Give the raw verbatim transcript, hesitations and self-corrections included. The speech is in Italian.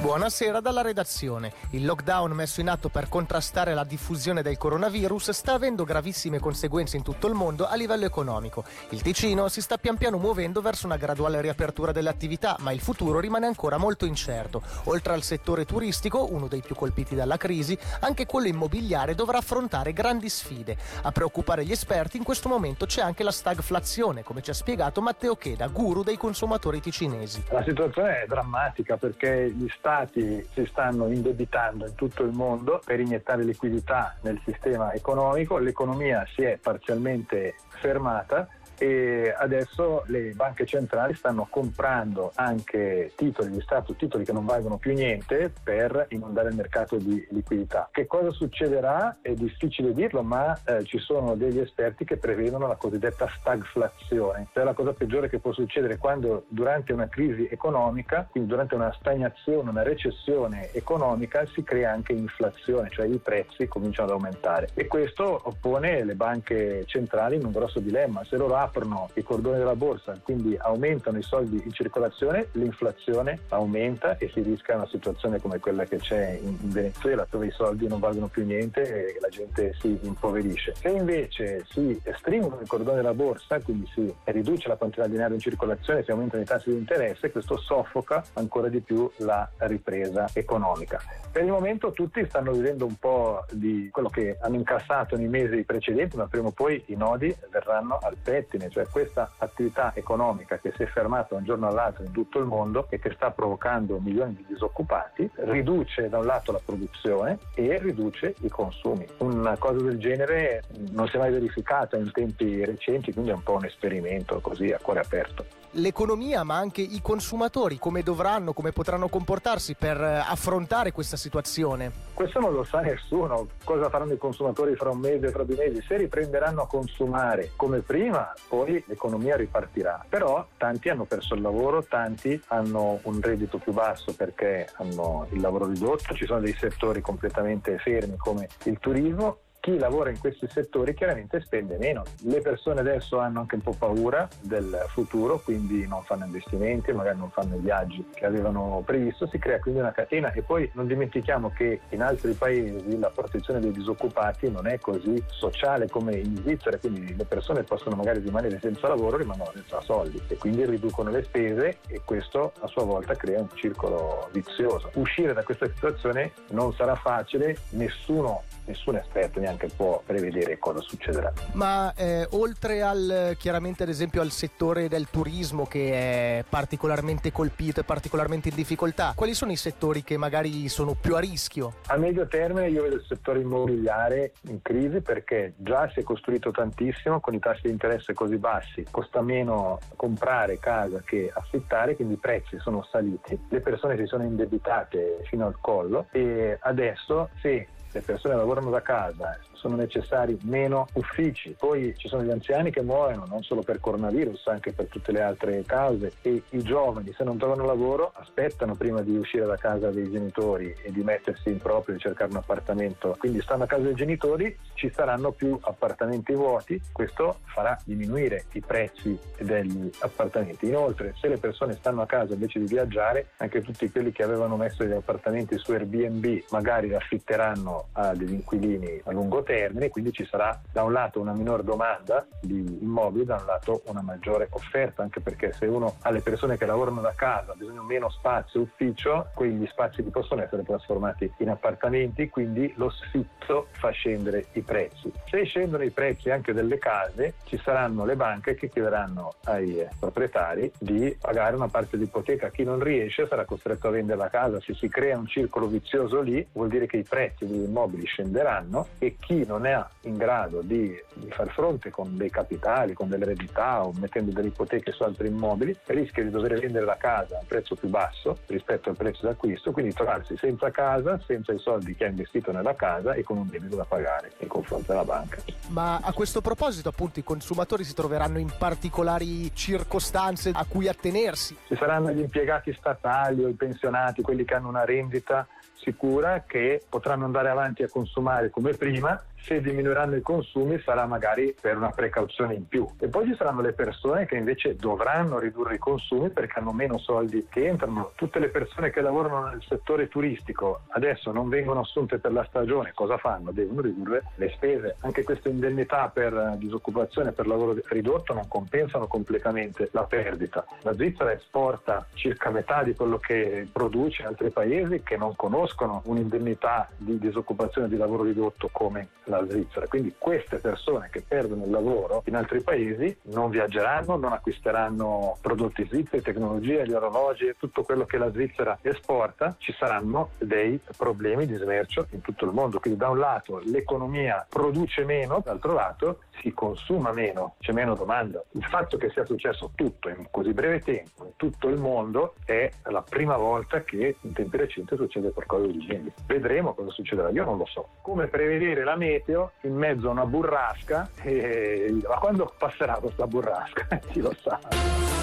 Buonasera dalla redazione. Il lockdown messo in atto per contrastare la diffusione del coronavirus sta avendo gravissime conseguenze in tutto il mondo a livello economico. Il Ticino si sta pian piano muovendo verso una graduale riapertura delle attività, ma il futuro rimane ancora molto incerto. Oltre al settore turistico, uno dei più colpiti dalla crisi, anche quello immobiliare dovrà affrontare grandi sfide. A preoccupare gli esperti in questo momento c'è anche la stagflazione, come ci ha spiegato Matteo Cheda, guru dei consumatori ticinesi. La situazione è drammatica perché gli stati si stanno indebitando in tutto il mondo per iniettare liquidità nel sistema economico, l'economia si è parzialmente fermata e adesso le banche centrali stanno comprando anche titoli di Stato, titoli che non valgono più niente, per inondare il mercato di liquidità. Che cosa succederà? È difficile dirlo, ma eh, ci sono degli esperti che prevedono la cosiddetta stagflazione, cioè la cosa peggiore che può succedere quando durante una crisi economica, quindi durante una stagnazione, una recessione economica, si crea anche inflazione, cioè i prezzi cominciano ad aumentare. E questo pone le banche centrali in un grosso dilemma. Se loro aprono i cordoni della borsa, quindi aumentano i soldi in circolazione, l'inflazione aumenta e si rischia una situazione come quella che c'è in Venezuela, dove i soldi non valgono più niente e la gente si impoverisce. Se invece si stringono i cordoni della borsa, quindi si riduce la quantità di denaro in circolazione, si aumentano i tassi di interesse, questo soffoca ancora di più la ripresa economica. Per il momento tutti stanno vivendo un po' di quello che hanno incassato nei mesi precedenti, ma prima o poi i nodi verranno al pettine, cioè questa attività economica che si è fermata da un giorno all'altro in tutto il mondo e che sta provocando milioni di disoccupati, riduce da un lato la produzione e riduce i consumi. Una cosa del genere non si è mai verificata in tempi recenti, quindi è un po' un esperimento così a cuore aperto. L'economia, ma anche i consumatori, come dovranno, come potranno comportarsi per affrontare questa situazione? Questo non lo sa nessuno. Cosa faranno i consumatori fra un mese, fra due mesi? Se riprenderanno a consumare come prima, poi l'economia ripartirà. Però tanti hanno perso il lavoro, tanti hanno un reddito più basso perché hanno il lavoro ridotto, ci sono dei settori completamente fermi come il turismo. Chi lavora in questi settori chiaramente spende meno. Le persone adesso hanno anche un po' paura del futuro, quindi non fanno investimenti, magari non fanno i viaggi che avevano previsto, si crea quindi una catena. E poi non dimentichiamo che in altri paesi la protezione dei disoccupati non è così sociale come in Svizzera, quindi le persone possono magari rimanere senza lavoro, rimangono senza soldi e quindi riducono le spese e questo a sua volta crea un circolo vizioso. Uscire da questa situazione non sarà facile, nessuno nessun esperto neanche può prevedere cosa succederà. Ma eh, oltre al chiaramente ad esempio al settore del turismo che è particolarmente colpito e particolarmente in difficoltà, quali sono i settori che magari sono più a rischio? A medio termine io vedo il settore immobiliare in crisi perché già si è costruito tantissimo, con i tassi di interesse così bassi costa meno comprare casa che affittare, quindi i prezzi sono saliti, le persone si sono indebitate fino al collo e adesso se le persone lavorano da casa, sono necessari meno uffici, poi ci sono gli anziani che muoiono non solo per coronavirus, anche per tutte le altre cause e i giovani se non trovano lavoro aspettano prima di uscire da casa dei genitori e di mettersi in proprio e cercare un appartamento, quindi stanno a casa dei genitori, ci saranno più appartamenti vuoti, questo farà diminuire i prezzi degli appartamenti. Inoltre se le persone stanno a casa invece di viaggiare, anche tutti quelli che avevano messo gli appartamenti su Airbnb magari li affitteranno a degli inquilini a lungo termine, quindi ci sarà da un lato una minor domanda di immobili, da un lato una maggiore offerta, anche perché se uno ha le persone che lavorano da casa, ha bisogno meno spazio ufficio, quegli spazi possono essere trasformati in appartamenti, quindi lo sfitto fa scendere i prezzi. Se scendono i prezzi anche delle case, ci saranno le banche che chiederanno ai proprietari di pagare una parte di ipoteca. Chi non riesce sarà costretto a vendere la casa. Se si crea un circolo vizioso lì, vuol dire che i prezzi degli immobili scenderanno e chi non è in grado di, di far fronte con dei capitali, con delle eredità o mettendo delle ipoteche su altri immobili, rischia di dover vendere la casa a un prezzo più basso rispetto al prezzo d'acquisto, quindi trovarsi senza casa, senza i soldi che ha investito nella casa e con un debito da pagare nei confronti della banca. Ma a questo proposito appunto i consumatori si troveranno in particolari circostanze a cui attenersi? Ci saranno gli impiegati statali o i pensionati, quelli che hanno una rendita sicura, che potranno andare avanti a consumare come prima se diminuiranno i consumi sarà magari per una precauzione in più. E poi ci saranno le persone che invece dovranno ridurre i consumi perché hanno meno soldi che entrano. Tutte le persone che lavorano nel settore turistico adesso non vengono assunte per la stagione, cosa fanno? Devono ridurre le spese. Anche queste indennità per disoccupazione, per lavoro ridotto non compensano completamente la perdita. La Svizzera esporta circa metà di quello che produce in altri paesi che non conoscono un'indennità di disoccupazione di lavoro ridotto come la Svizzera. Quindi queste persone che perdono il lavoro in altri paesi non viaggeranno, non acquisteranno prodotti svizzeri, tecnologie, gli orologi, tutto quello che la Svizzera esporta. Ci saranno dei problemi di smercio in tutto il mondo. Quindi da un lato l'economia produce meno, dall'altro lato si consuma meno, c'è meno domanda. Il fatto che sia successo tutto in così breve tempo in tutto il mondo è la prima volta che in tempi recenti succede qualcosa di genere. Vedremo cosa succederà, io non lo so. Come prevedere la meteo in mezzo a una burrasca, e... ma quando passerà questa burrasca? Chi lo sa?